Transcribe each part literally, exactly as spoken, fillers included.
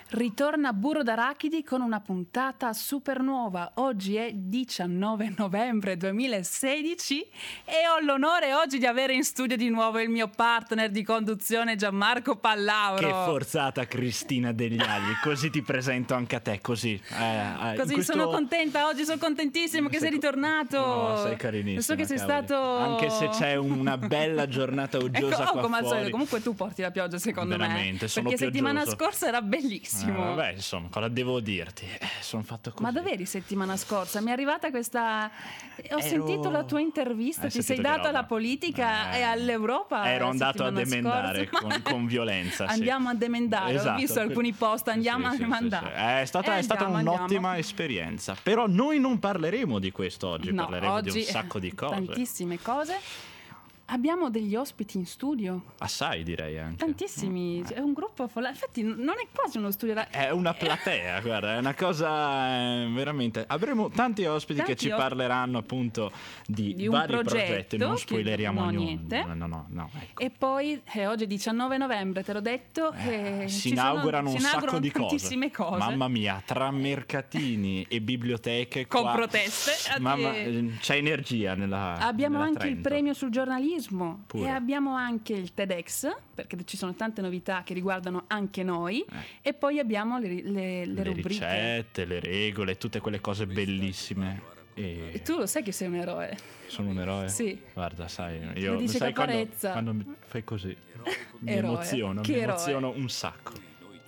Ritorna Burro d'Arachidi con una puntata super nuova. Oggi è diciannove novembre duemilasedici e ho l'onore oggi di avere in studio di nuovo il mio partner di conduzione Gianmarco Pallauro. Che forzata Cristina Degli Agli, così ti presento anche a te, così. Eh, così questo... sono contenta, oggi sono contentissimo che sei, sei ritornato. No, sei carinissimo. So che sei cavoli. stato... Anche se c'è una bella giornata uggiosa ecco, oh, qua come fuori. al solito, comunque tu porti la pioggia secondo Veramente, me. sono perché settimana piogioso. scorsa era bellissimo. Eh, vabbè, insomma, cosa devo dirti? Eh, sono fatto così. Ma dov'eri settimana scorsa? Mi è arrivata questa... Ho Ero... sentito la tua intervista, Hai ti sei dato alla politica eh, e all'Europa. Ero andato a demandare con, con violenza. Andiamo sì. a demandare, esatto. ho visto alcuni post, andiamo sì, a sì, demandare. Sì, sì. È stata, eh, è stata andiamo, un'ottima andiamo. esperienza. Però noi non parleremo di questo oggi, no, parleremo oggi di un sacco di cose. Tantissime cose. Abbiamo degli ospiti in studio. Assai, direi anche. Tantissimi, è un gruppo folle. Infatti non è quasi uno studio. È una platea, guarda, è una cosa eh, veramente. Avremo tanti ospiti Tanti che ci os- parleranno appunto di, di un vari progetto progetti, non che- spoileriamo no, niente. niente. No, no, no, no, ecco. E poi eh, oggi è diciannove novembre, te l'ho detto. Eh, eh, si ci sono- inaugurano si un inaugurano sacco di cose. tantissime cose. Mamma mia, tra mercatini e biblioteche Con qua, proteste. Mamma, Eh, c'è energia nella Abbiamo nella anche il Trento. premio sul giornalismo. Pure. E abbiamo anche il TEDx, perché ci sono tante novità che riguardano anche noi. Eh. E poi abbiamo le, le- le le rubriche. ricette, le regole, tutte quelle cose bellissime. E E tu lo sai che sei un eroe. sono un eroe? Sì. Guarda, sai, io Lo dice sai quando, Caparezza. quando mi fai così mi Eroe. emoziono, Che mi eroe. emoziono un sacco.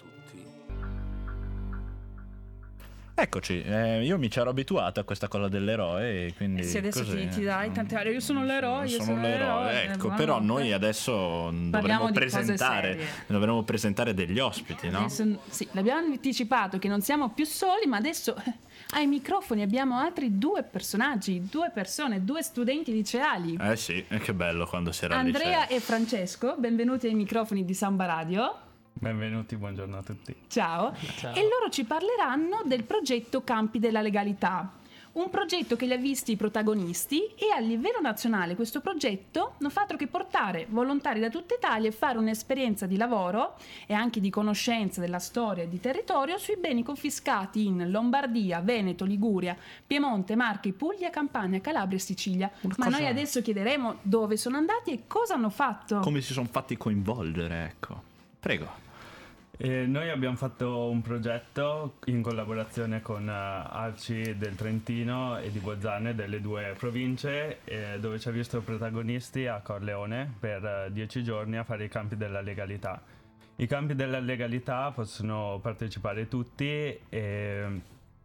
Eccoci, eh, io mi ci ero abituato a questa cosa dell'eroe e quindi Sì, adesso così, ti, ti dai tante aree. Io sono l'eroe, io sono, sono l'eroe, ecco, buonanotte. però noi adesso Parliamo dovremmo di cose presentare serie. dovremmo presentare degli ospiti, no? Adesso, sì, l'abbiamo anticipato che non siamo più soli, ma adesso eh, ai microfoni abbiamo altri due personaggi, due persone, due studenti liceali. Eh sì, e che bello quando si era al Andrea liceo. e Francesco, benvenuti ai microfoni di Samba Radio. Benvenuti, buongiorno a tutti. Ciao. Ciao. E loro ci parleranno del progetto Campi della Legalità. Un progetto che li ha visti i protagonisti e a livello nazionale questo progetto non fa altro che portare volontari da tutta Italia e fare un'esperienza di lavoro e anche di conoscenza della storia e di territorio sui beni confiscati in Lombardia, Veneto, Liguria, Piemonte, Marche, Puglia, Campania, Calabria e Sicilia. Ma cosa- noi adesso chiederemo dove sono andati e cosa hanno fatto. Come si sono fatti coinvolgere, ecco. Prego. E noi abbiamo fatto un progetto in collaborazione con uh, ALCI del Trentino e di Bolzano, delle due province, eh, dove ci ha visto protagonisti a Corleone per uh, dieci giorni a fare i campi della legalità. I campi della legalità possono partecipare tutti e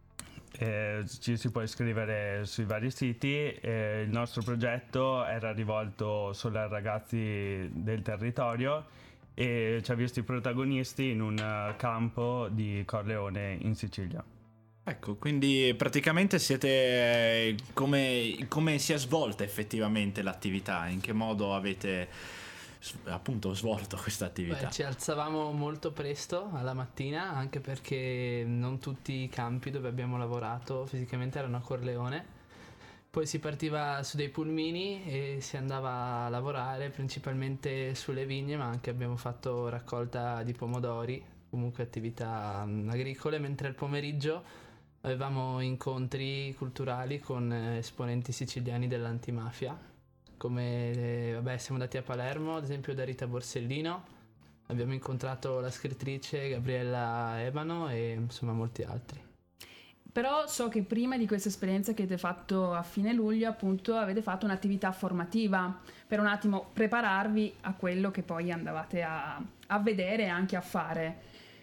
Eh, ci si può iscrivere sui vari siti. Eh, il nostro progetto era rivolto solo ai ragazzi del territorio e ci ha visto i protagonisti in un uh, campo di Corleone in Sicilia. Ecco, quindi praticamente siete come, come si è svolta effettivamente l'attività? In che modo avete s- appunto svolto questa attività? Beh, ci alzavamo molto presto alla mattina, anche perché non tutti i campi dove abbiamo lavorato fisicamente erano a Corleone. Poi si partiva su dei pulmini e si andava a lavorare principalmente sulle vigne, ma anche abbiamo fatto raccolta di pomodori, comunque attività mh, agricole, mentre al pomeriggio avevamo incontri culturali con eh, esponenti siciliani dell'antimafia. Come eh, vabbè, siamo andati a Palermo, ad esempio da Rita Borsellino, abbiamo incontrato la scrittrice Gabriella Ebano e insomma molti altri. Però so che prima di questa esperienza che avete fatto a fine luglio, appunto, avete fatto un'attività formativa per un attimo prepararvi a quello che poi andavate a, a vedere e anche a fare.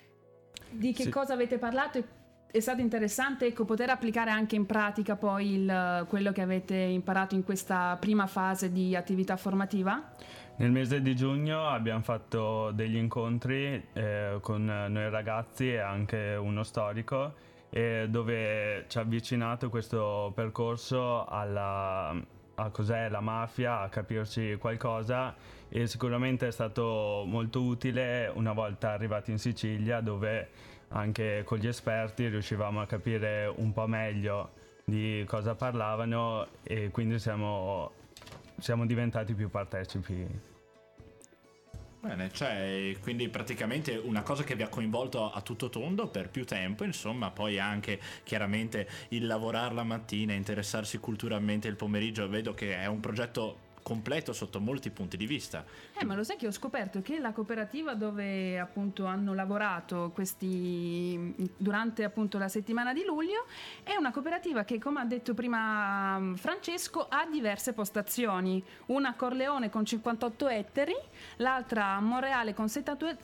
Di che Sì. cosa avete parlato? È- È stato interessante, ecco, poter applicare anche in pratica poi il, quello che avete imparato in questa prima fase di attività formativa? Nel mese di giugno abbiamo fatto degli incontri eh, con noi ragazzi e anche uno storico, eh, dove ci ha avvicinato questo percorso alla, a cos'è la mafia, a capirci qualcosa, e sicuramente è stato molto utile una volta arrivati in Sicilia, dove anche con gli esperti riuscivamo a capire un po' meglio di cosa parlavano e quindi siamo, siamo diventati più partecipi. Bene, cioè, quindi praticamente una cosa che vi ha coinvolto a tutto tondo per più tempo, insomma, poi anche chiaramente il lavorare la mattina, interessarsi culturalmente il pomeriggio, vedo che è un progetto completo sotto molti punti di vista. Eh, ma lo sai che ho scoperto che la cooperativa dove appunto hanno lavorato questi durante appunto la settimana di luglio è una cooperativa che, come ha detto prima Francesco, ha diverse postazioni, una a Corleone con cinquantotto ettari, l'altra a Monreale con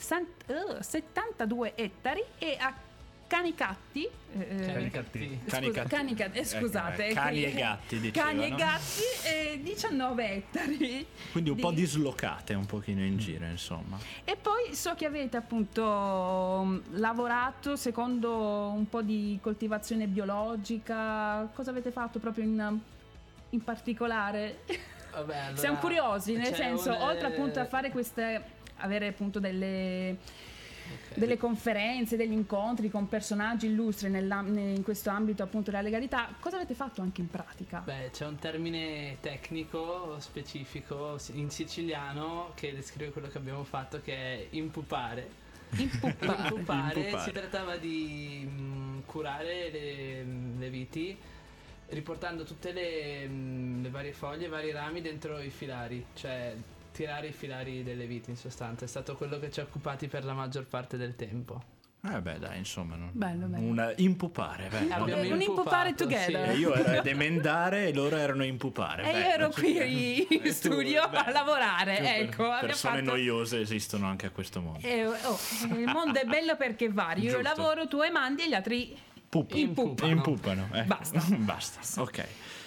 settantadue ettari e a Canicatti, eh, Canicatti. scusa, Canicatti, eh, scusate, Eh, cani e gatti, dicevano. cani e gatti, eh, diciannove ettari. Quindi un di- po' dislocate un pochino in giro, insomma. E poi so che avete appunto mh, lavorato secondo un po' di coltivazione biologica. Cosa avete fatto proprio in, in particolare? Vabbè, allora, Siamo curiosi, nel c'è senso, un- oltre appunto a fare queste, avere appunto delle Ok. delle conferenze, degli incontri con personaggi illustri nella- in questo ambito appunto della legalità, cosa avete fatto anche in pratica? Beh, c'è un termine tecnico specifico in siciliano che descrive quello che abbiamo fatto, che è impupare. Impuppare. Impupare, Impupare. si trattava di mh, curare le, le viti riportando tutte le, mh, le varie foglie, i vari rami dentro i filari, cioè tirare i filari delle viti in sostanza. È stato quello che ci ha occupati per la maggior parte del tempo. Eh beh, dai, insomma, non... Bello, bello. un impupare, bello. Abbiamo un impupare impupato, together. E io ero ad emendare e loro erano a impupare. E io Bello, ero qui sì. in E tu- studio a beh, lavorare, più per- ecco, abbiamo persone fatto- noiose esistono anche a questo mondo. Eh, oh, il mondo è bello perché è vario. Io Giusto. lavoro, tu e mandi e gli altri Pup- Impupano. Impupano. ecco. Basta. Basta, ok.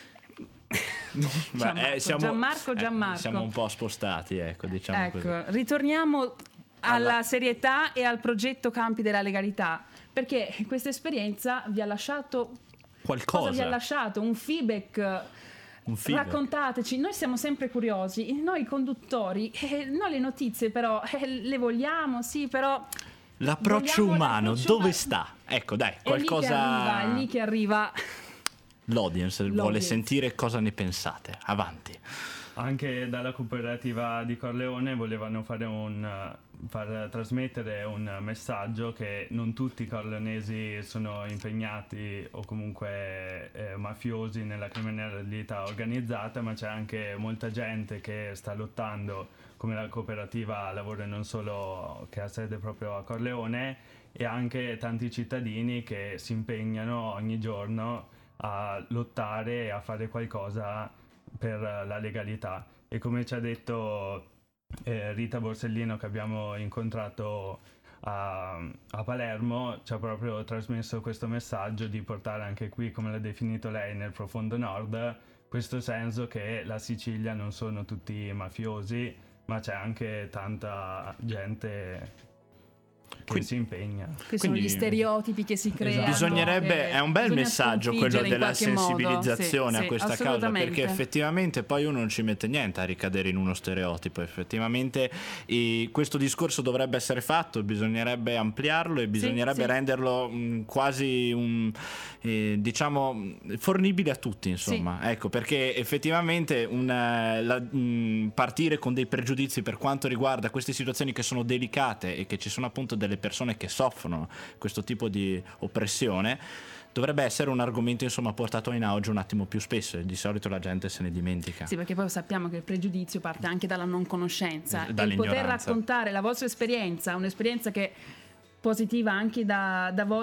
Gianmarco, Gianmarco, eh, Gianmarco. siamo un po' spostati, ecco, diciamo così. Ecco, ritorniamo alla Alla- serietà e al progetto Campi della Legalità, perché questa esperienza vi ha lasciato Qualcosa. cosa vi ha lasciato? Un feedback? Un feedback. Raccontateci, noi siamo sempre curiosi, noi conduttori, eh, noi le notizie però eh, le vogliamo, sì, però L'approccio vogliamo umano, l'approccio dove umano. sta? Ecco, dai, è lì che arriva, qualcosa. è lì che arriva. L'audience vuole L'audience. sentire cosa ne pensate. Avanti. Anche dalla cooperativa di Corleone volevano fare un, eh, far trasmettere un messaggio che non tutti i corleonesi sono impegnati o comunque eh, mafiosi nella criminalità organizzata, ma c'è anche molta gente che sta lottando, come la cooperativa Lavoro e non solo, che ha sede proprio a Corleone, e anche tanti cittadini che si impegnano ogni giorno a lottare e a fare qualcosa per la legalità. E come ci ha detto eh, Rita Borsellino, che abbiamo incontrato a, a Palermo, ci ha proprio trasmesso questo messaggio di portare anche qui, come l'ha definito lei, nel profondo nord, questo senso che la Sicilia non sono tutti mafiosi, ma c'è anche tanta gente che Quindi- si impegna. Che sono Quindi- gli stereotipi che si creano. Bisognerebbe, che è un bel bisogna messaggio quello sconfiggere in della qualche modo. sensibilizzazione Sì, a questa sì, causa, assolutamente. perché effettivamente poi uno non ci mette niente a ricadere in uno stereotipo. Effettivamente e questo discorso dovrebbe essere fatto, bisognerebbe ampliarlo e bisognerebbe sì. renderlo mh, quasi un, eh, diciamo fornibile a tutti, insomma. Ecco, perché effettivamente un, eh, la- mh, partire con dei pregiudizi per quanto riguarda queste situazioni che sono delicate e che ci sono appunto delle persone che soffrono questo tipo di oppressione dovrebbe essere un argomento insomma portato in auge un attimo più spesso, e di solito la gente se ne dimentica. Sì, perché poi sappiamo che il pregiudizio parte anche dalla non conoscenza. Eh, E il poter dall'ignoranza. raccontare la vostra esperienza, un'esperienza che è positiva anche da, da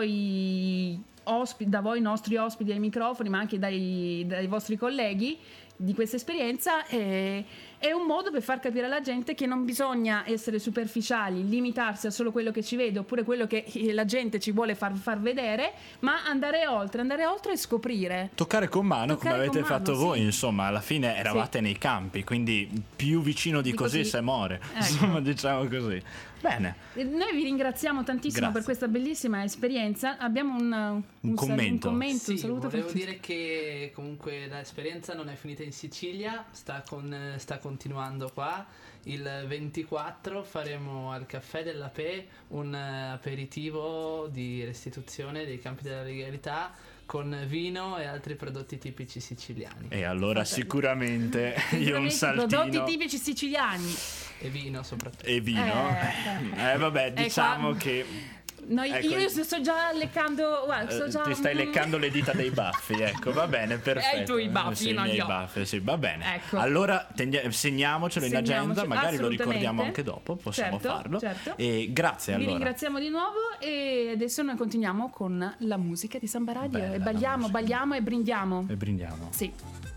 voi ospi- da voi nostri ospiti ai microfoni, ma anche dai, dai vostri colleghi, di questa esperienza è, è un modo per far capire alla gente che non bisogna essere superficiali, limitarsi a solo quello che ci vede oppure quello che la gente ci vuole far, far vedere, ma andare oltre, andare oltre e scoprire. Toccare con mano, Toccare come avete con mano, fatto sì. voi, insomma, alla fine eravate nei campi, quindi più vicino di, Di così, così. se muore, Ecco. insomma, diciamo così. Bene. E Noi vi ringraziamo tantissimo Grazie. per questa bellissima esperienza. Abbiamo un, un, Un sal- commento. un, commento, Sì, un saluto volevo per- dire che comunque l'esperienza non è finita in Sicilia, sta, con, sta continuando qua. Il ventiquattro faremo al Caffè della Pe un eh, aperitivo di restituzione dei campi della legalità con vino e altri prodotti tipici siciliani. E allora sicuramente io un Sicuramente saltino. prodotti tipici siciliani. E vino soprattutto. E vino? Eh, eh vabbè, diciamo che... No, ecco, io sto già leccando, guarda, sto già... ti stai leccando le dita dei baffi, ecco, va bene, perfetto. E i tuoi baffi, sì, non i miei io. baffi, sì, va bene. Ecco. Allora tendia- segniamocelo in agenda, magari lo ricordiamo anche dopo, possiamo certo, farlo. Certo. E grazie Vi allora. ringraziamo di nuovo e adesso noi continuiamo con la musica di Samba Radio. Bella e la balliamo, musica. balliamo e brindiamo. E brindiamo. Sì.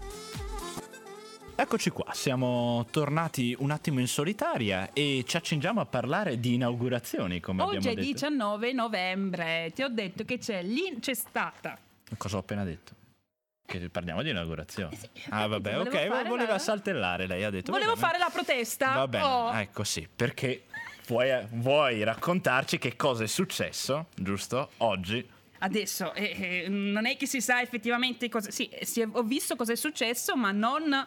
Eccoci qua, siamo tornati un attimo in solitaria e ci accingiamo a parlare di inaugurazioni, come Oggi abbiamo è detto. diciannove novembre, ti ho detto che c'è lì, c'è stata. Cosa ho appena detto? Che parliamo di inaugurazioni. Eh sì, ah vabbè, volevo ok, fare voleva la- saltellare, lei ha detto. Volevo va bene. fare la protesta. Va bene, Oh. ecco sì, perché vuoi, vuoi raccontarci che cosa è successo, giusto, oggi? Adesso eh, eh, non è che si sa effettivamente cosa... Sì, si è- ho visto cosa è successo, ma non...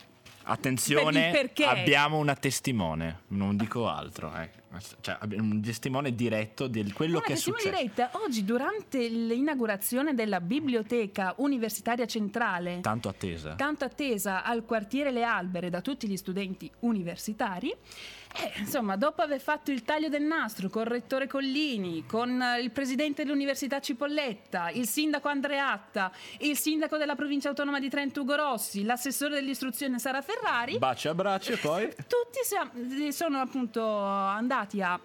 Attenzione, Per il perché. abbiamo una testimone, non dico altro, eh. Cioè, abbiamo un testimone diretto di quello Una che è testimone successo. diretta, oggi durante l'inaugurazione della Biblioteca Universitaria Centrale, Tanto attesa. tanto attesa al quartiere Le Albere da tutti gli studenti universitari, eh, insomma, dopo aver fatto il taglio del nastro con il rettore Collini, con eh, il presidente dell'Università Cipolletta, il sindaco Andreatta, il sindaco della provincia autonoma di Trento Ugo Rossi, l'assessore dell'istruzione Sara Ferrari, Baci, abbracci e poi... tutti siamo- sono appunto andati a,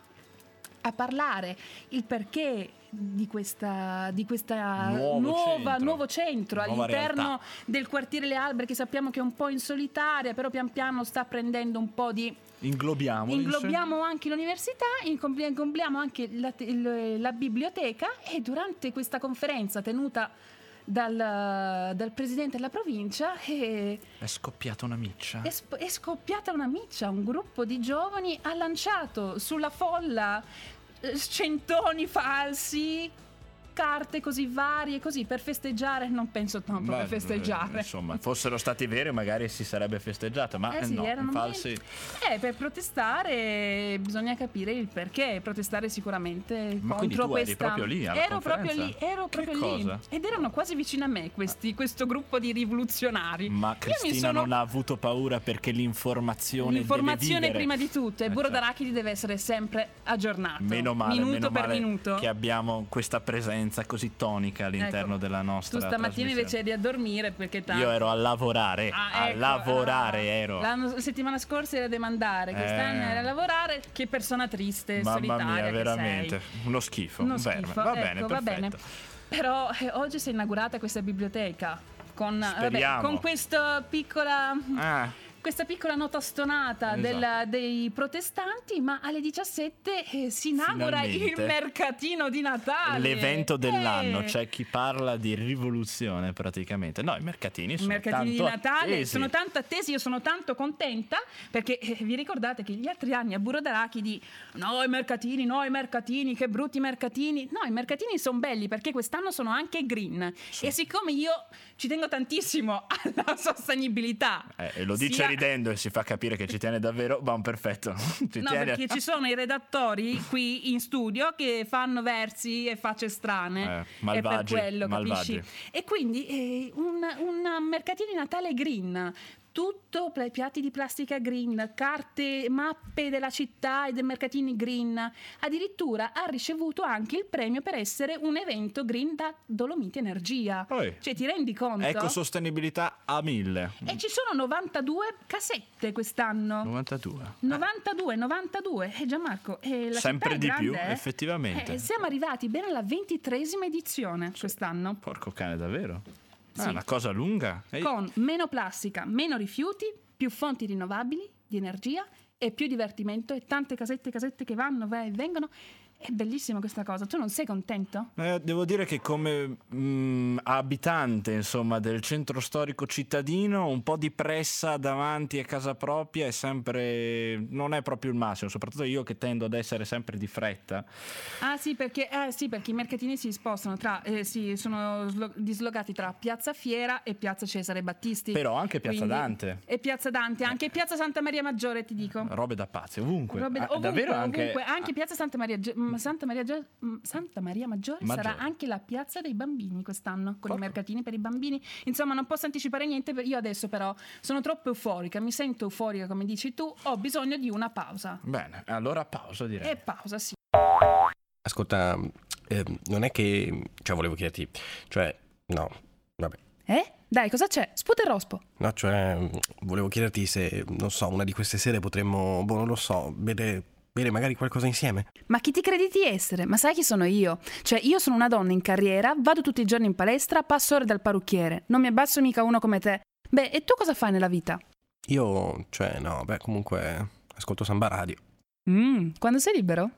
a parlare il perché di questa, di questa Nuovo nuova, centro. nuovo centro Nuova all'interno realtà. del quartiere Le Albere, che sappiamo che è un po' in solitaria, però pian piano sta prendendo un po' di... Inglobiamo. Inglobiamo anche l'università, inglobi- inglobiamo anche la, il- la biblioteca, e durante questa conferenza tenuta dal, dal presidente della provincia è, È scoppiata una miccia. è, sp- è scoppiata una miccia. Un gruppo di giovani ha lanciato sulla folla eh, centoni falsi, carte così varie, così per festeggiare. Non penso tanto Beh, per festeggiare. Insomma, fossero stati veri magari si sarebbe festeggiata, ma Eh eh sì, no, erano falsi. Eh, per protestare bisogna capire il perché. Protestare sicuramente Ma quindi contro tu eri questa. proprio lì alla ero proprio lì, conferenza? ero Che proprio lì. cosa? Ed erano quasi vicino a me questi, questo gruppo di rivoluzionari. Ma Io mi Cristina sono- non ha avuto paura perché l'informazione L'informazione deve vivere. prima di tutto, e Eh, Burro certo. d'Arachidi deve essere sempre aggiornato. Meno male, minuto meno per male minuto. che abbiamo questa presenza così tonica all'interno Ecco, della nostra Tu stamattina trasmissione. invece eri a dormire perché tanto... Io ero a lavorare, Ah, a ecco, lavorare ah, ero. L'anno- la settimana scorsa era a demandare, quest'anno Eh. era a lavorare. Che persona triste, Mamma solitaria mia, che veramente, sei. uno schifo. Uno un verme. schifo, Va ecco, bene, va perfetto. bene. Però eh, oggi si è inaugurata questa biblioteca con, vabbè, Speriamo. con questa piccola... Ah, Questa piccola nota stonata Esatto. del- dei protestanti, ma alle diciassette eh, si inaugura Finalmente. il mercatino di Natale. l'evento dell'anno, Eh. c'è chi parla di rivoluzione praticamente. No, i mercatini I sono mercatini di tanto Natale attesi. sono tanto attesi, io sono tanto contenta perché eh, vi ricordate che gli altri anni a Burro d'Arachidi no i mercatini, no i mercatini, che brutti mercatini. No, i mercatini sono belli perché quest'anno sono anche green, e siccome io ci tengo tantissimo alla sostenibilità, Eh, e lo dice sia- ridendo e si fa capire che ci tiene davvero. Buon perfetto. Ci No, tiene. perché ci sono i redattori qui in studio che fanno versi e facce strane. Eh, È malvagi, per quello, malvagi. capisci? E quindi eh, un, un mercatino di Natale green. Tutto pla- piatti di plastica green, carte, mappe della città e dei mercatini green. Addirittura ha ricevuto anche il premio per essere un evento green da Dolomiti Energia. Poi. Cioè, ti rendi conto? Ecosostenibilità a mille. E ci sono novantadue casette quest'anno. novantadue. novantadue, novantadue, eh Gianmarco, eh, la Sempre città è di più, grande, eh? effettivamente. Eh, siamo arrivati bene alla ventitreesima edizione quest'anno, Porco cane, davvero? Ah, Sì. una cosa lunga. E- con meno plastica, meno rifiuti, più fonti rinnovabili di energia e più divertimento, e tante casette casette che vanno e vengono. È bellissima questa cosa. Tu non sei contento? Eh, devo dire che come mh, abitante, insomma, del centro storico cittadino, un po' di pressa davanti a casa propria è sempre, non è proprio il massimo, soprattutto io che tendo ad essere sempre di fretta. Ah sì, perché, eh, sì, perché i mercatini si spostano tra, eh, sì, sono slo- dislocati tra Piazza Fiera e Piazza Cesare Battisti. Però anche Piazza Quindi- Dante. E Piazza Dante, anche Piazza Santa Maria Maggiore, ti dico. Robe da pazzi, ovunque. Robe da- Ah, ovunque, davvero anche, ovunque, anche Piazza Santa Maria Ge- mm, Santa, Maria Gio- Santa Maria Maggiore, Maggiore sarà anche la piazza dei bambini quest'anno, con Porco. i mercatini per i bambini. Insomma, non posso anticipare niente. Io adesso però sono troppo euforica, mi sento euforica come dici tu, ho bisogno di una pausa. Bene, allora pausa direi. E pausa, sì. Ascolta, eh, non è che... Cioè, volevo chiederti... Cioè, no, vabbè. Eh? Dai, cosa c'è? Sputa e rospo. No, cioè, volevo chiederti se, non so, una di queste sere potremmo, boh, non lo so, bere, bere magari qualcosa insieme. Ma chi ti credi di essere? Ma sai chi sono io? Cioè, io sono una donna in carriera, vado tutti i giorni in palestra, passo ore dal parrucchiere. Non mi abbasso mica uno come te. Beh, e tu cosa fai nella vita? Io, cioè, no, beh, comunque, ascolto Samba Radio. Mm, quando sei libero?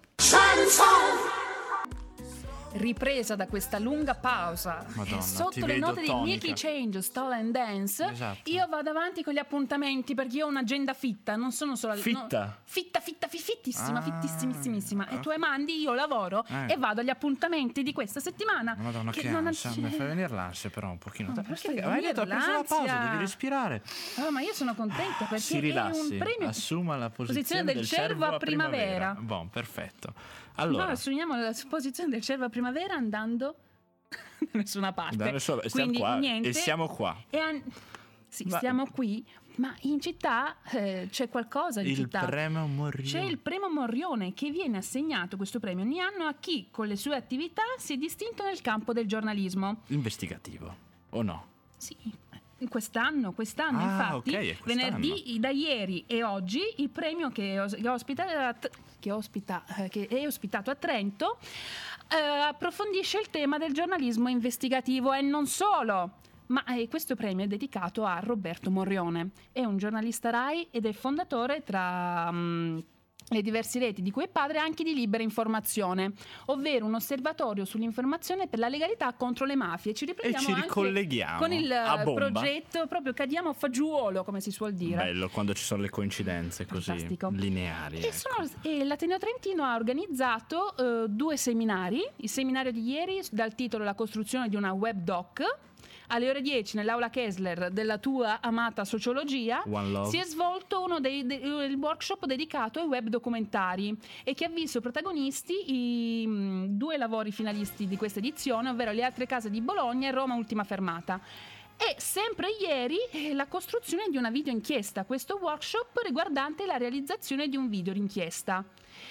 Ripresa da questa lunga pausa, Madonna, e sotto ti le vedo note di tonica. Nicky Change, Stall and Dance, Esatto. io vado avanti con gli appuntamenti perché io ho un'agenda fitta, non sono solo Fitta? no, fitta, fitta, fi- fittissima, Ah. fittissimissimissima. E tu e mandi, io lavoro Eh. e vado agli appuntamenti di questa settimana. Madonna, che, non- ansia, mi fai venire l'ansia però un pochino. No, Dai, perché stai- devi hai detto, hai preso la pausa, l'ansia? devi respirare. Oh, ma io sono contenta perché Si è rilassi, un premio. assuma la posizione, Posizione del cervo a primavera. Buon, perfetto. No, Allora, assumiamo la posizione del cervo a primavera andando da nessuna parte. da nessuno- stiamo Quindi qua niente. e siamo qua. E an- sì, Ma- stiamo qui, ma in città eh, c'è qualcosa in Il città. premio Morrione. C'è il premio Morrione che viene assegnato questo premio ogni anno a chi con le sue attività si è distinto nel campo del giornalismo. Investigativo, o no? Sì, quest'anno, quest'anno Ah, infatti, ok, è quest'anno. venerdì, da ieri e oggi, il premio che, os- che ospita, che, ospita, eh, che è ospitato a Trento eh, approfondisce il tema del giornalismo investigativo e non solo. Ma eh, questo premio è dedicato a Roberto Morrione, è un giornalista Rai ed è fondatore tra... mm, le diverse reti di cui è padre anche di Libera Informazione, ovvero un osservatorio sull'informazione per la legalità contro le mafie. Ci riprendiamo ci anche ricolleghiamo con il a eh, bomba. progetto, proprio cadiamo a fagiolo, come si suol dire. Bello quando ci sono le coincidenze così Fantastico. lineari. E, ecco. sono, e l'Ateneo Trentino ha organizzato eh, due seminari. Il seminario di ieri dal titolo La costruzione di una web doc. Alle ore dieci nell'aula Kessler della tua amata sociologia One Love. si è svolto uno dei, de, il workshop dedicato ai web documentari e che ha visto protagonisti i mh, due lavori finalisti di questa edizione, ovvero Le altre case di Bologna e Roma Ultima Fermata. E sempre ieri eh, la costruzione di una video inchiesta, questo workshop riguardante la realizzazione di un video d'inchiesta.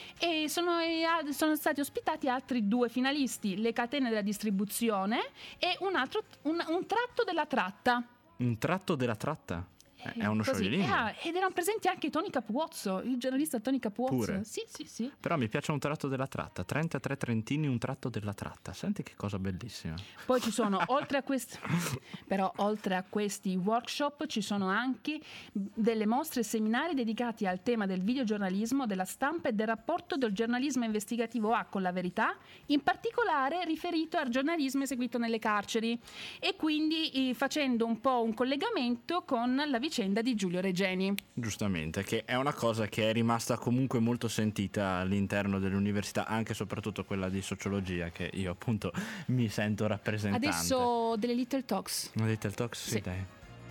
E sono, eh, a- sono stati ospitati altri due finalisti, le catene della distribuzione e un altro un, un tratto della tratta. Un tratto della tratta? Eh, È uno Così. scioglilingua. Ah, ed erano presenti anche Toni Capuozzo, il giornalista Toni Capuozzo. Pure? Sì, sì, sì. Però mi piace un tratto della tratta. trentatré trentini, un tratto della tratta. Senti che cosa bellissima. Poi ci sono, oltre a questi, però oltre a questi workshop, ci sono anche delle mostre e seminari dedicati al tema del videogiornalismo, della stampa e del rapporto del giornalismo investigativo A con la verità, in particolare riferito al giornalismo eseguito nelle carceri e quindi eh, facendo un po' un collegamento con la vicenda di Giulio Regeni. Giustamente, che è una cosa che è rimasta comunque molto sentita all'interno dell'università, anche e soprattutto quella di sociologia, che io appunto mi sento rappresentante. Adesso delle Little Talks. Una Little Talks? Sì, Sì. dai.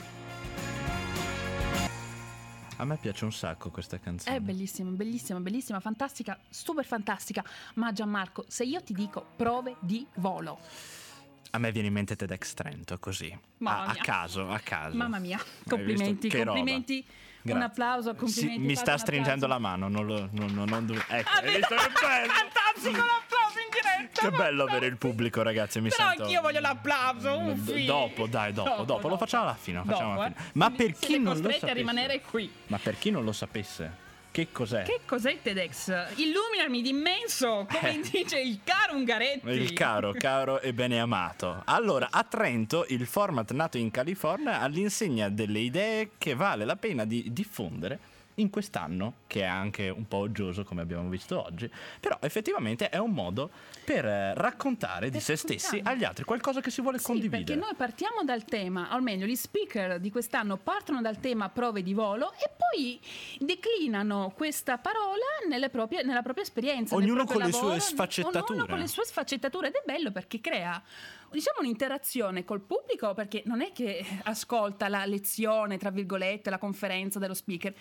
A me piace un sacco questa canzone. È bellissima, bellissima, bellissima, fantastica, super fantastica. Ma Gianmarco, se io ti dico prove di volo. A me viene in mente TEDx Trento, così. Mamma A, a mia. caso, a caso. Mamma mia, visto? complimenti, Che roba. complimenti. Un Grazie. applauso, complimenti. Sì, mi fate sta un stringendo applauso. la mano, non lo non, non, non do- ecco, Ah, hai visto che bello? Fantastico l'applauso in diretta. Che bello avere il pubblico, ragazzi, mi Però sento. anch'io voglio l'applauso, D- uffi. dopo, dai, dopo, dopo, lo facciamo alla fine, lo facciamo Dopo, alla fine. eh. Ma Quindi per chi siete non lo costretti sapesse, a rimanere qui. ma per chi non lo sapesse, che cos'è? Che cos'è il TEDx? Illuminami d'immenso, come dice il caro Ungaretti. Il caro, caro e bene amato. Allora, a Trento il format nato in California all'insegna delle idee che vale la pena di diffondere in quest'anno, che è anche un po' oggioso come abbiamo visto oggi, però effettivamente è un modo per eh, raccontare di Per se stessi raccontare. agli altri qualcosa che si vuole Sì, condividere. perché noi partiamo dal tema, o almeno gli speaker di quest'anno partono dal tema prove di volo e poi declinano questa parola nelle proprie, nella propria esperienza. nel Ognuno proprio con le sue lavoro, sfaccettature. Ognuno con le sue sfaccettature ed è bello perché crea, diciamo, un'interazione col pubblico, perché non è che ascolta la lezione, tra virgolette, la conferenza dello speaker, ma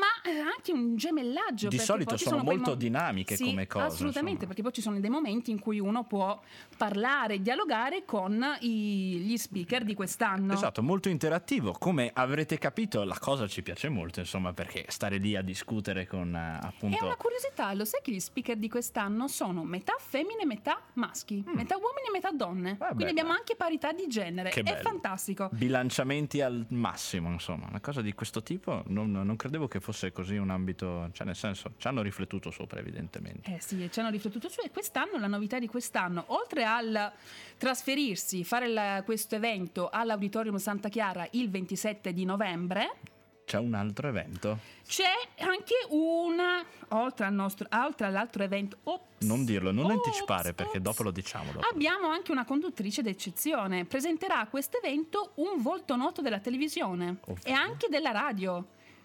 ma eh, anche un gemellaggio. Di solito poi ci sono, sono molto mo- dinamiche sì, come cose. assolutamente, insomma. perché poi ci sono dei momenti in cui uno può parlare, dialogare con i, gli speaker di quest'anno. Esatto, molto interattivo. Come avrete capito, la cosa ci piace molto, insomma, perché stare lì a discutere con eh, appunto. È una curiosità, lo sai che gli speaker di quest'anno sono metà femmine, metà maschi, Mm. metà uomini e metà donne. Vabbè, Quindi abbiamo ma- anche parità di genere. Che È bello. fantastico. Bilanciamenti al massimo, insomma, una cosa di questo tipo non, non credevo che fosse così un ambito, cioè nel senso ci hanno riflettuto sopra evidentemente. Eh sì, ci hanno riflettuto su, e quest'anno la novità di quest'anno, oltre al trasferirsi, fare il- questo evento all'Auditorium Santa Chiara il ventisette di novembre, C'è un altro evento? c'è anche una, oltre al nostro, oltre all'altro evento, ops, Non dirlo, non ops, anticipare perché ops. dopo lo diciamo dopo. Abbiamo anche una conduttrice d'eccezione, presenterà a questo evento un volto noto della televisione Ovvio? e anche della radio,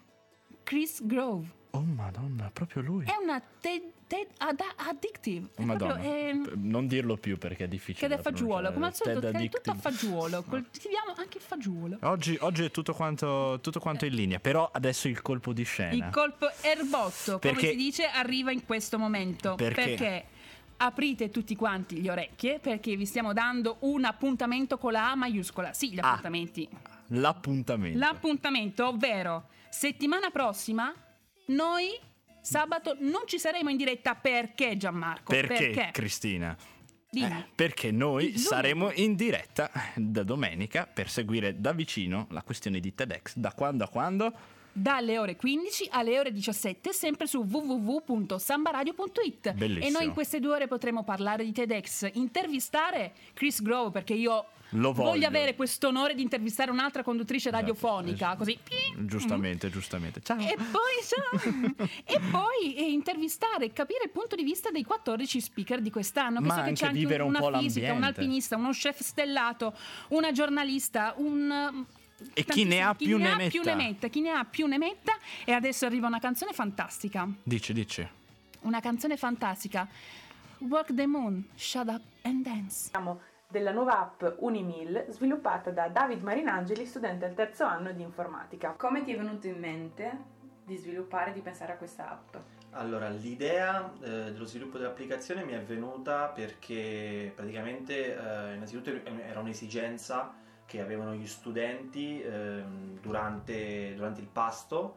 Chris Grove. Oh madonna, proprio lui. È una TED, TED ad- addictive, è Oh, madonna. proprio, è- P- non dirlo più perché è difficile. che è da fagiolo, come al pronunciare. solito Ted è tutto a Addictive. fagiolo, coltiviamo anche il fagiolo. Oggi, oggi è tutto quanto, tutto quanto in linea, però adesso il colpo di scena. Il colpo erbotto, come Perché- si dice, arriva in questo momento. Perché? Aprite tutti quanti le orecchie, perché vi stiamo dando un appuntamento con la A maiuscola. Sì, gli Ah. appuntamenti. L'appuntamento. L'appuntamento, ovvero settimana prossima noi sabato non ci saremo in diretta. Perché, Gianmarco? Perché, Cristina? Dimmi. Eh, perché noi Lui- saremo in diretta da domenica per seguire da vicino la questione di TEDx. Da quando a quando? Dalle ore quindici alle ore diciassette, sempre su w w w punto sambaradio punto it. Bellissimo. E noi in queste due ore potremo parlare di TEDx, intervistare Chris Grove, perché io Lo voglio. avere questo onore di intervistare un'altra conduttrice Esatto, radiofonica, es- così. Giustamente, giustamente. Ciao. E poi, ciao. e poi eh, intervistare e capire il punto di vista dei quattordici speaker di quest'anno. Che Ma so che anche c'è anche vivere un una po' fisica, un l'ambiente. alpinista, uno chef stellato, una giornalista, un... E chi ne ha tantissimi- più chi ne ha metta. più ne metta, chi ne ha più ne metta. E adesso arriva una canzone fantastica. Dici, dici. Una canzone fantastica. Walk the Moon, Shut Up and Dance. Parliamo della nuova app Unimil sviluppata da David Marinangeli, studente al terzo anno di informatica. Come ti è venuto in mente di sviluppare e di pensare a questa app? Allora, l'idea eh, dello sviluppo dell'applicazione mi è venuta perché praticamente eh, innanzitutto era un'esigenza che avevano gli studenti ehm, durante, durante il pasto.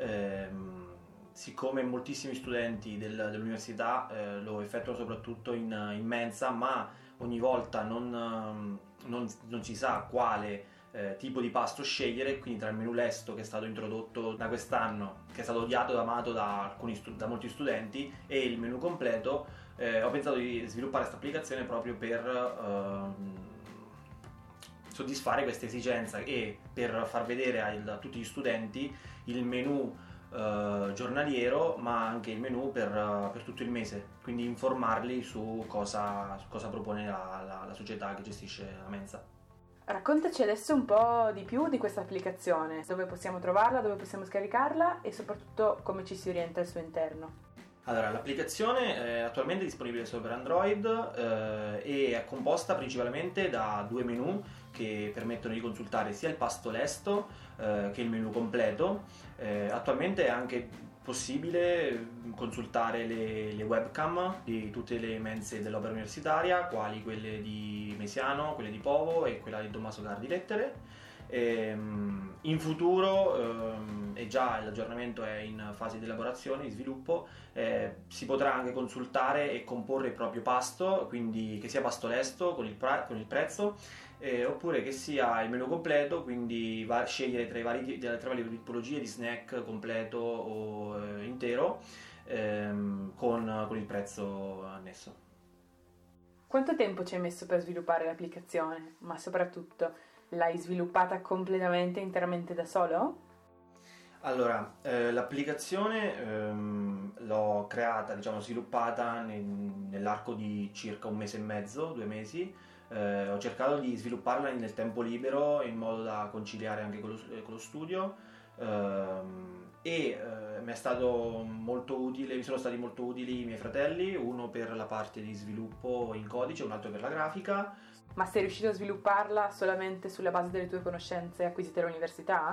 Ehm, siccome moltissimi studenti del, dell'università eh, lo effettuano soprattutto in, in mensa, ma ogni volta non, ehm, non, non si sa quale eh, tipo di pasto scegliere, quindi tra il menù lesto che è stato introdotto da quest'anno, che è stato odiato e amato da, alcuni stu- da molti studenti, e il menù completo, eh, ho pensato di sviluppare questa applicazione proprio per ehm, soddisfare questa esigenza e per far vedere ai- a tutti gli studenti il menù eh, giornaliero, ma anche il menù per, eh, per tutto il mese, quindi informarli su cosa, su cosa propone la, la- la società che gestisce la mensa. Raccontaci adesso un po' di più di questa applicazione, dove possiamo trovarla, dove possiamo scaricarla e soprattutto come ci si orienta al suo interno. Allora, l'applicazione è attualmente disponibile solo per Android eh, e è composta principalmente da due menu che permettono di consultare sia il pasto lesto eh, che il menu completo. Eh, attualmente è anche possibile consultare le, le webcam di tutte le mense dell'opera universitaria, quali quelle di Mesiano, quelle di Povo e quella di Tommaso Cardi Lettere. Ehm, in futuro, ehm, e già l'aggiornamento è in fase di elaborazione, di sviluppo, eh, si potrà anche consultare e comporre il proprio pasto, quindi che sia pasto lesto con il, pra- con il prezzo, eh, oppure che sia il menu completo, quindi va- scegliere tra, i vari, tra le varie tipologie di snack completo o eh, intero, ehm, con, con il prezzo annesso. Quanto tempo ci hai messo per sviluppare l'applicazione? Ma soprattutto, l'hai sviluppata completamente, interamente da solo? Allora, eh, l'applicazione ehm, l'ho creata, diciamo, sviluppata nel- nell'arco di circa un mese e mezzo, due mesi. Eh, ho cercato di svilupparla nel tempo libero in modo da conciliare anche con lo, eh, con lo studio ehm, e eh, mi è stato molto utile, mi sono stati molto utili i miei fratelli, uno per la parte di sviluppo in codice, un altro per la grafica. Ma sei riuscito a svilupparla solamente sulla base delle tue conoscenze acquisite all'università?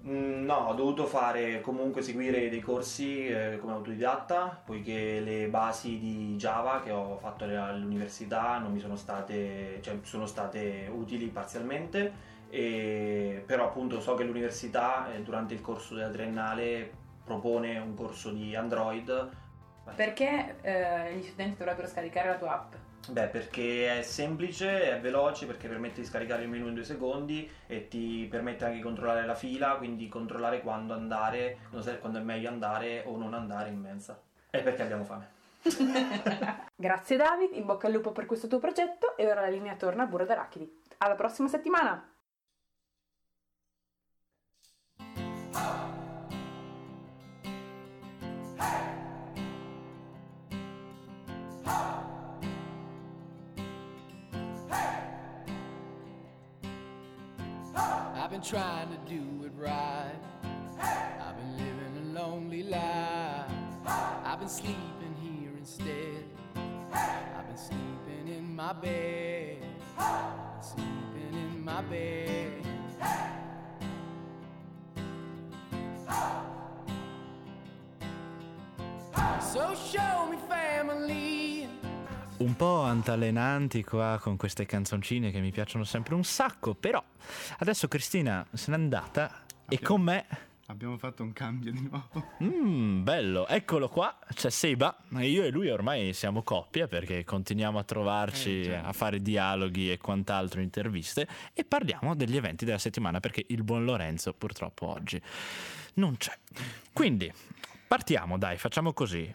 Mm, no, ho dovuto fare comunque seguire dei corsi eh, come autodidatta, poiché le basi di Java che ho fatto all'università non mi sono state, cioè sono state utili parzialmente, e, però appunto so che l'università eh, durante il corso della triennale propone un corso di Android. Perché eh, gli studenti dovrebbero scaricare la tua app? Beh, perché è semplice, è veloce, perché permette di scaricare il menu in due secondi e ti permette anche di controllare la fila, quindi controllare quando andare, quando è meglio andare o non andare in mensa. E perché abbiamo fame. Grazie David, in bocca al lupo per questo tuo progetto e ora la linea torna a Burro d'Arachidi. Alla prossima settimana! I've been trying to do it right. I've been living a lonely life. I've been sleeping here instead. I've been sleeping in my bed. I've been sleeping in my bed. So show me family. Un po' altalenanti qua con queste canzoncine che mi piacciono sempre un sacco, però adesso Cristina se n'è andata abbiamo, e con me abbiamo fatto un cambio di nuovo. Mm, bello, eccolo qua, c'è Seba, io e lui ormai siamo coppia perché continuiamo a trovarci, eh, a fare dialoghi e quant'altro, interviste, e parliamo degli eventi della settimana perché il buon Lorenzo purtroppo oggi non c'è. Quindi partiamo, dai, facciamo così.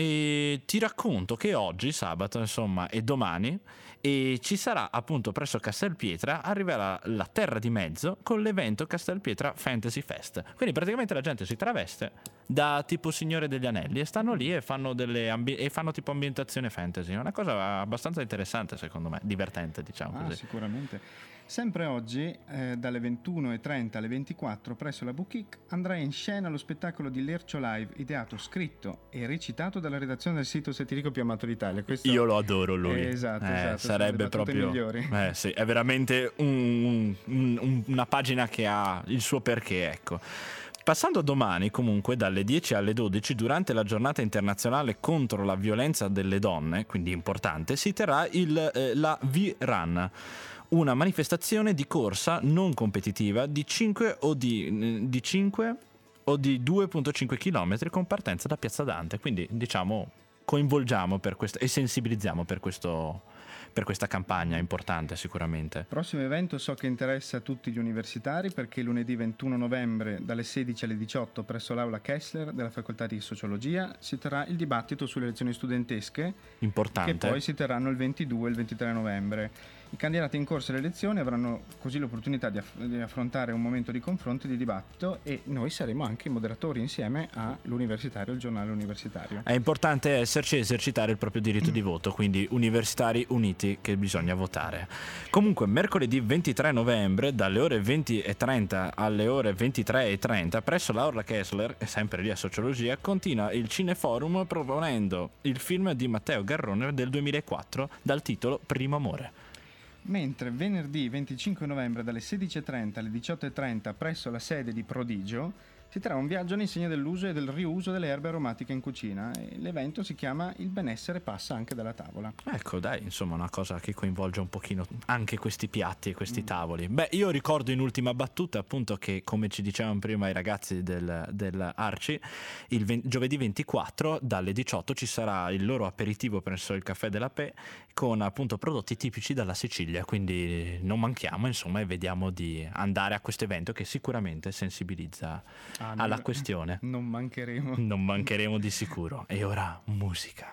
E ti racconto che oggi, sabato, insomma, e domani, e ci sarà appunto presso Castelpietra, arriverà la Terra di Mezzo con l'evento Castelpietra Fantasy Fest. Quindi praticamente la gente si traveste da tipo Signore degli Anelli e stanno lì e fanno delle ambi- e fanno tipo ambientazione fantasy. È una cosa abbastanza interessante, secondo me, divertente, diciamo ah, così. Sicuramente. Sempre oggi, eh, dalle ventuno e trenta alle ventiquattro, presso la Boutique, andrà in scena lo spettacolo di Lercio Live, ideato, scritto e recitato dalla redazione del sito satirico più amato d'Italia. Questo Io lo adoro lui. Eh, esatto, eh, esatto. Sarebbe proprio... migliori. Eh, sì, è veramente un, un, un, una pagina che ha il suo perché, ecco. Passando a domani, comunque, dalle dieci alle dodici, durante la giornata internazionale contro la violenza delle donne, quindi importante, si terrà il, eh, la V-Run, una manifestazione di corsa non competitiva di cinque o di, di cinque o di due virgola cinque chilometri con partenza da Piazza Dante. Quindi, diciamo, coinvolgiamo per questo e sensibilizziamo per questo, per questa campagna importante, sicuramente. Prossimo evento so che interessa a tutti gli universitari, perché lunedì ventuno novembre dalle sedici alle diciotto presso l'aula Kessler della facoltà di Sociologia si terrà il dibattito sulle elezioni studentesche, importante, che poi si terranno il ventidue e il ventitré novembre. I candidati in corso alle elezioni avranno così l'opportunità di, aff- di affrontare un momento di confronto e di dibattito, e noi saremo anche i moderatori insieme all'Universitario, il giornale universitario. È importante esserci e esercitare il proprio diritto di voto, quindi universitari uniti che bisogna votare. Comunque mercoledì ventitré novembre dalle ore venti e trenta alle ore ventitré e trenta presso l'Aula Kessler, sempre lì a Sociologia, continua il Cineforum proponendo il film di Matteo Garrone del duemilaquattro dal titolo Primo Amore. Mentre venerdì venticinque novembre dalle sedici e trenta alle diciotto e trenta presso la sede di Prodigio si terrà un viaggio all'insegna dell'uso e del riuso delle erbe aromatiche in cucina, e l'evento si chiama Il benessere passa anche dalla tavola. Ecco, dai, insomma, una cosa che coinvolge un pochino anche questi piatti e questi mm. tavoli. Beh, io ricordo in ultima battuta appunto che, come ci dicevano prima i ragazzi del, del Arci, il ve- giovedì ventiquattro dalle diciotto ci sarà il loro aperitivo presso il Caffè della Pe con appunto prodotti tipici dalla Sicilia, quindi non manchiamo, insomma, e vediamo di andare a questo evento che sicuramente sensibilizza ah, alla questione. Non mancheremo. Non mancheremo di sicuro. E ora musica.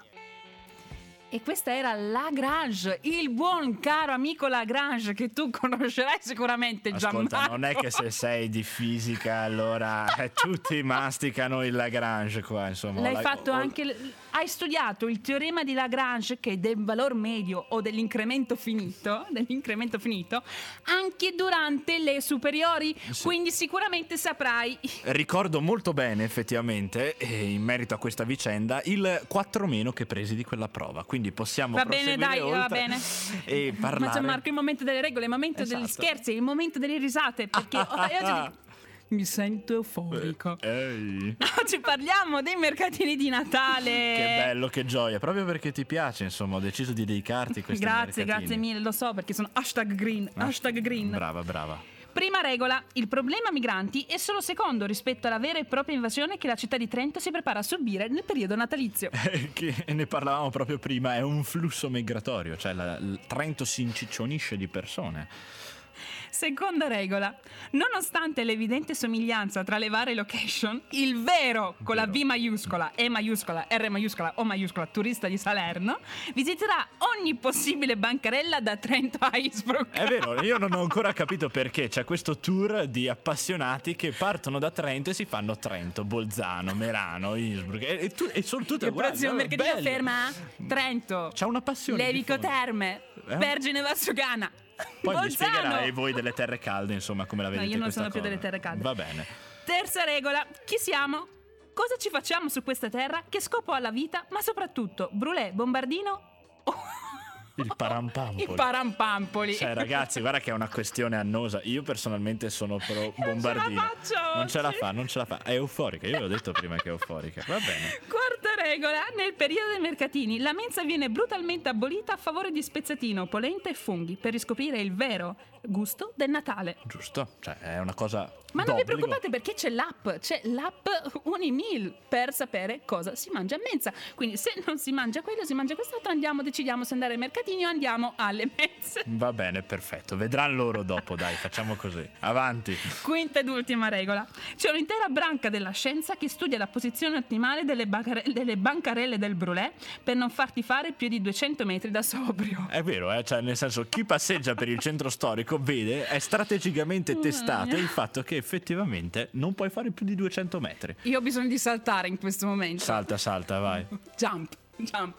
E questa era Lagrange, il buon caro amico Lagrange che tu conoscerai sicuramente, Gianmarco. Ascolta, non è che se sei di fisica allora eh, tutti masticano il Lagrange qua, insomma. L'hai la... fatto o... anche, hai studiato il teorema di Lagrange, che è del valor medio o dell'incremento finito, dell'incremento finito, anche durante le superiori, sì. Quindi sicuramente saprai. Ricordo molto bene effettivamente, eh, in merito a questa vicenda, il quattro meno che presi di quella prova, quindi possiamo va bene, dai, va bene. E parlare. Ma Gianmarco, il momento delle regole, il momento esatto. degli scherzi, il momento delle risate, perché oggi Mi sento euforico. Ehi. Oggi parliamo dei mercatini di Natale. Che bello, che gioia. Proprio perché ti piace, insomma, ho deciso di dedicarti a questi Grazie, mercatini. grazie mille, lo so perché sono hashtag green, hashtag green. Brava, brava. Prima regola, il problema migranti è solo secondo rispetto alla vera e propria invasione che la città di Trento si prepara a subire nel periodo natalizio. Che ne parlavamo proprio prima, è un flusso migratorio, cioè la, il Trento si inciccionisce di persone. Seconda regola, nonostante l'evidente somiglianza tra le varie location, il vero con la V maiuscola, E maiuscola, R maiuscola, O maiuscola turista di Salerno visiterà ogni possibile bancarella da Trento a Innsbruck. È vero, io non ho ancora capito perché c'è questo tour di appassionati che partono da Trento e si fanno Trento, Bolzano, Merano, Innsbruck e, e, tu, e sono tutte Il uguali. prossimo Vabbè, mercatino bello. ferma Trento, C'è una passione Levico di fondo. Terme, Eh? Vergine Valsugana. Poi mi Bolzano. spiegherai voi delle terre calde, insomma, come la No, vedete io non questa sono più cosa. delle terre calde. Va bene. Terza regola, chi siamo? Cosa ci facciamo su questa terra? Che scopo ha la vita? Ma soprattutto, Brulè, Bombardino Il parampampoli. i parampampoli. Cioè, ragazzi, guarda che è una questione annosa. Io personalmente sono pro Bombardino. Non ce la faccio Non ce la oggi. fa, non ce la fa. È euforica. Io l'ho detto prima che è euforica. Va bene. Quarta regola, nel periodo dei mercatini la mensa viene brutalmente abolita a favore di spezzatino, polenta e funghi per riscoprire il vero gusto del Natale. Giusto? Cioè, è una cosa. Ma non vi d'obbligo. preoccupate perché c'è l'app, c'è l'app Unimil per sapere cosa si mangia a mensa. Quindi se non si mangia quello, si mangia quest'altro, andiamo, decidiamo se andare ai mercatini o andiamo alle mense. Va bene, perfetto. Vedranno loro dopo, dai, facciamo così. Avanti. Quinta ed ultima regola. C'è un'intera branca della scienza che studia la posizione ottimale delle, bancare- delle bancarelle del Brulè per non farti fare più di duecento metri da sobrio. È vero, eh? Cioè, nel senso, chi passeggia per il centro storico vede, è strategicamente testato il fatto che effettivamente non puoi fare più di duecento metri. Io ho bisogno di saltare in questo momento. Salta, salta, vai. Jump, jump.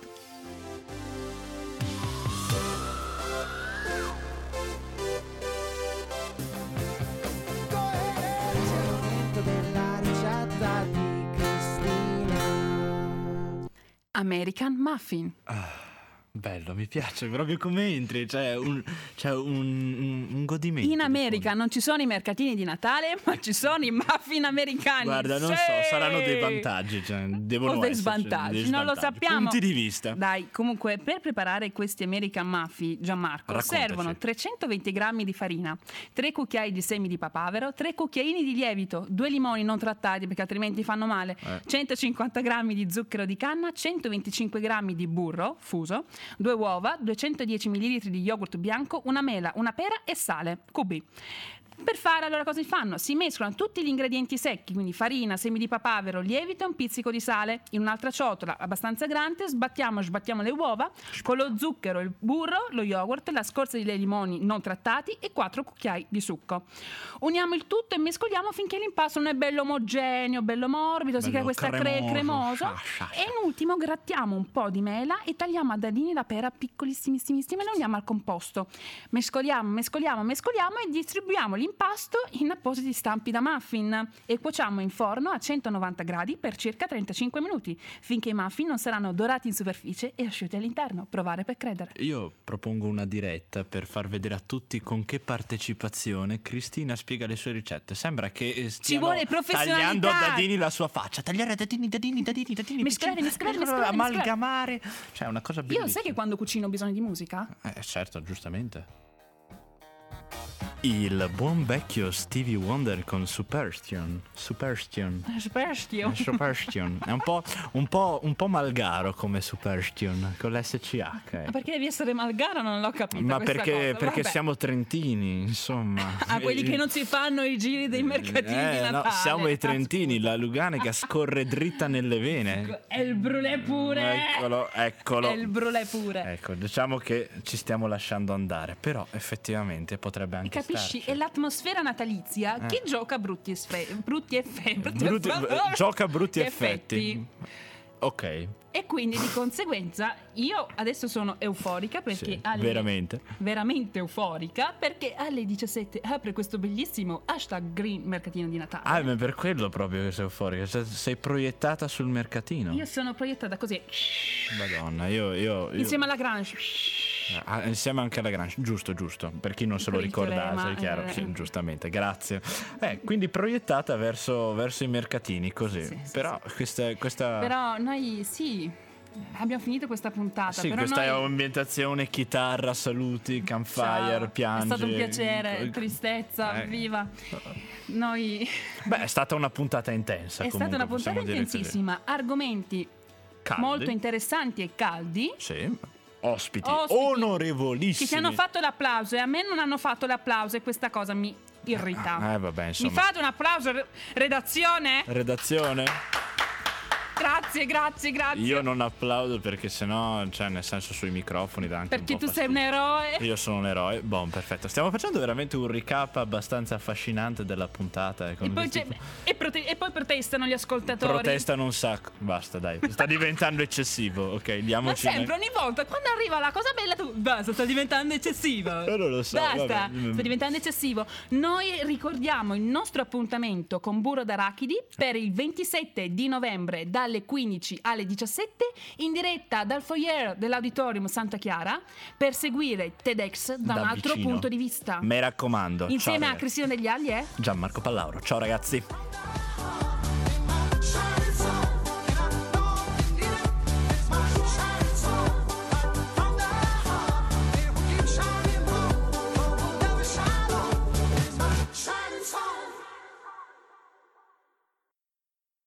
della ricetta di Cristina. American Muffin. Bello, mi piace proprio come entri, c'è un, c'è un, un, un godimento. In di America fondo. non ci sono i mercatini di Natale, ma ci sono i muffin americani. Guarda, non Sì! so, saranno dei vantaggi, cioè, devono O dei esserci, svantaggi, dei non lo svantaggi. sappiamo. Punti di vista. Dai, comunque, per preparare questi American Muffin, Gianmarco, Raccontaci. servono trecentoventi grammi di farina, tre cucchiai di semi di papavero, tre cucchiaini di lievito, due limoni non trattati perché altrimenti fanno male, Eh. centocinquanta grammi di zucchero di canna, centoventicinque grammi di burro fuso, due uova, duecentodieci millilitri di yogurt bianco, una mela, una pera e sale, cubi. Per fare allora cosa si fanno? Si mescolano tutti gli ingredienti secchi, quindi farina, semi di papavero, lievito e un pizzico di sale. In un'altra ciotola abbastanza grande sbattiamo e sbattiamo le uova con lo zucchero, il burro, lo yogurt, la scorza di limoni non trattati e quattro cucchiai di succo. Uniamo il tutto e mescoliamo finché l'impasto non è bello omogeneo, bello morbido, si Bello crea questa cre- cremoso. cremoso. Scia, scia, E in ultimo grattiamo un po' di mela e tagliamo a dadini la pera piccolissimissima e la uniamo al composto. Mescoliamo, mescoliamo, mescoliamo e distribuiamo l'impasto in appositi stampi da muffin e cuociamo in forno a centonovanta gradi per circa trentacinque minuti finché i muffin non saranno dorati in superficie e asciutti all'interno. Provare per credere. Io propongo una diretta per far vedere a tutti con che partecipazione Cristina spiega le sue ricette. Sembra che stiano vuole professionalità. tagliando a dadini la sua faccia. Tagliare a dadini, dadini, dadini, dadini. Mescolare, piccini, mescolare, mescolare, amalgamare. Cioè, è una cosa bellissima. Io sai che quando cucino ho bisogno di musica? Eh, certo, giustamente. Il buon vecchio Stevie Wonder con Superstition. Superstition. Superstio. Superstition. È un po', un po', un po' malgaro come Superstition, con l'S C H. Ma perché devi essere malgara? Non l'ho capita Ma questa perché, cosa. perché Vabbè. siamo trentini, insomma. Ah, quelli che non si fanno i giri dei mercatini Eh, di no, Natale. siamo i Ah, trentini, la Lugane che scorre dritta nelle vene. È il brulè pure. Eccolo, eccolo. È il brulè pure. Ecco, diciamo che ci stiamo lasciando andare, però effettivamente potrebbe anche Capisci? starci. È l'atmosfera natalizia Eh. che gioca brutti, esfe- brutti effetti. Brutti- gioca brutti effetti. Ok, E quindi di conseguenza io adesso sono euforica perché sì, alle- veramente. veramente euforica perché alle diciassette apre questo bellissimo hashtag green mercatino di Natale. Ah, ma per quello proprio che sei euforica, cioè, sei proiettata sul mercatino. Io sono proiettata così Madonna, io, io, io... insieme alla Grange. Ah, insieme anche alla Grange, giusto, giusto, per chi non se lo ricordasse, è chiaro, eh. sì, giustamente, grazie. Eh, quindi proiettata verso, verso i mercatini, così. Sì, sì, però sì. questa, questa... Però noi sì, abbiamo finito questa puntata. Sì, però questa noi... è ambientazione, chitarra, saluti, campfire, Ciao. piange. È stato un piacere, tristezza, Eh. viva. Noi... Beh, è stata una puntata intensa. È comunque, stata una puntata possiamo dire così. intensissima, argomenti Caldi. molto interessanti e caldi. Sì, ospiti, Ospiti onorevolissimi. che ti hanno fatto l'applauso e a me non hanno fatto l'applauso e questa cosa mi irrita. Eh, vabbè, insomma. Mi fate un applauso, re- redazione? Redazione? Grazie, grazie, grazie. Io non applaudo perché sennò, cioè, nel senso, sui microfoni dà anche Perché un po' tu sei fastidio. un eroe. Io sono un eroe. Buon, perfetto. Stiamo facendo veramente un recap abbastanza affascinante della puntata. eh, con E poi, questi- c'è- e prote- e poi protestano gli ascoltatori. Protestano un sacco. Basta, dai. Sta diventando eccessivo. Ok, Ma diamoci. sempre, ogni volta, quando arriva la cosa bella, tu basta, sta diventando eccessivo. Eh, non lo so, Basta, vabbè. sta diventando eccessivo. Noi ricordiamo il nostro appuntamento con Burro d'Arachidi per il ventisette di novembre dalle quindici alle diciassette in diretta dal foyer dell'Auditorium Santa Chiara per seguire TEDx da, Da un altro vicino. punto di vista. Mi raccomando. Insieme ciao, a ragazzi. Cristina Degli Agli, eh? Gianmarco Pallauro. Ciao ragazzi.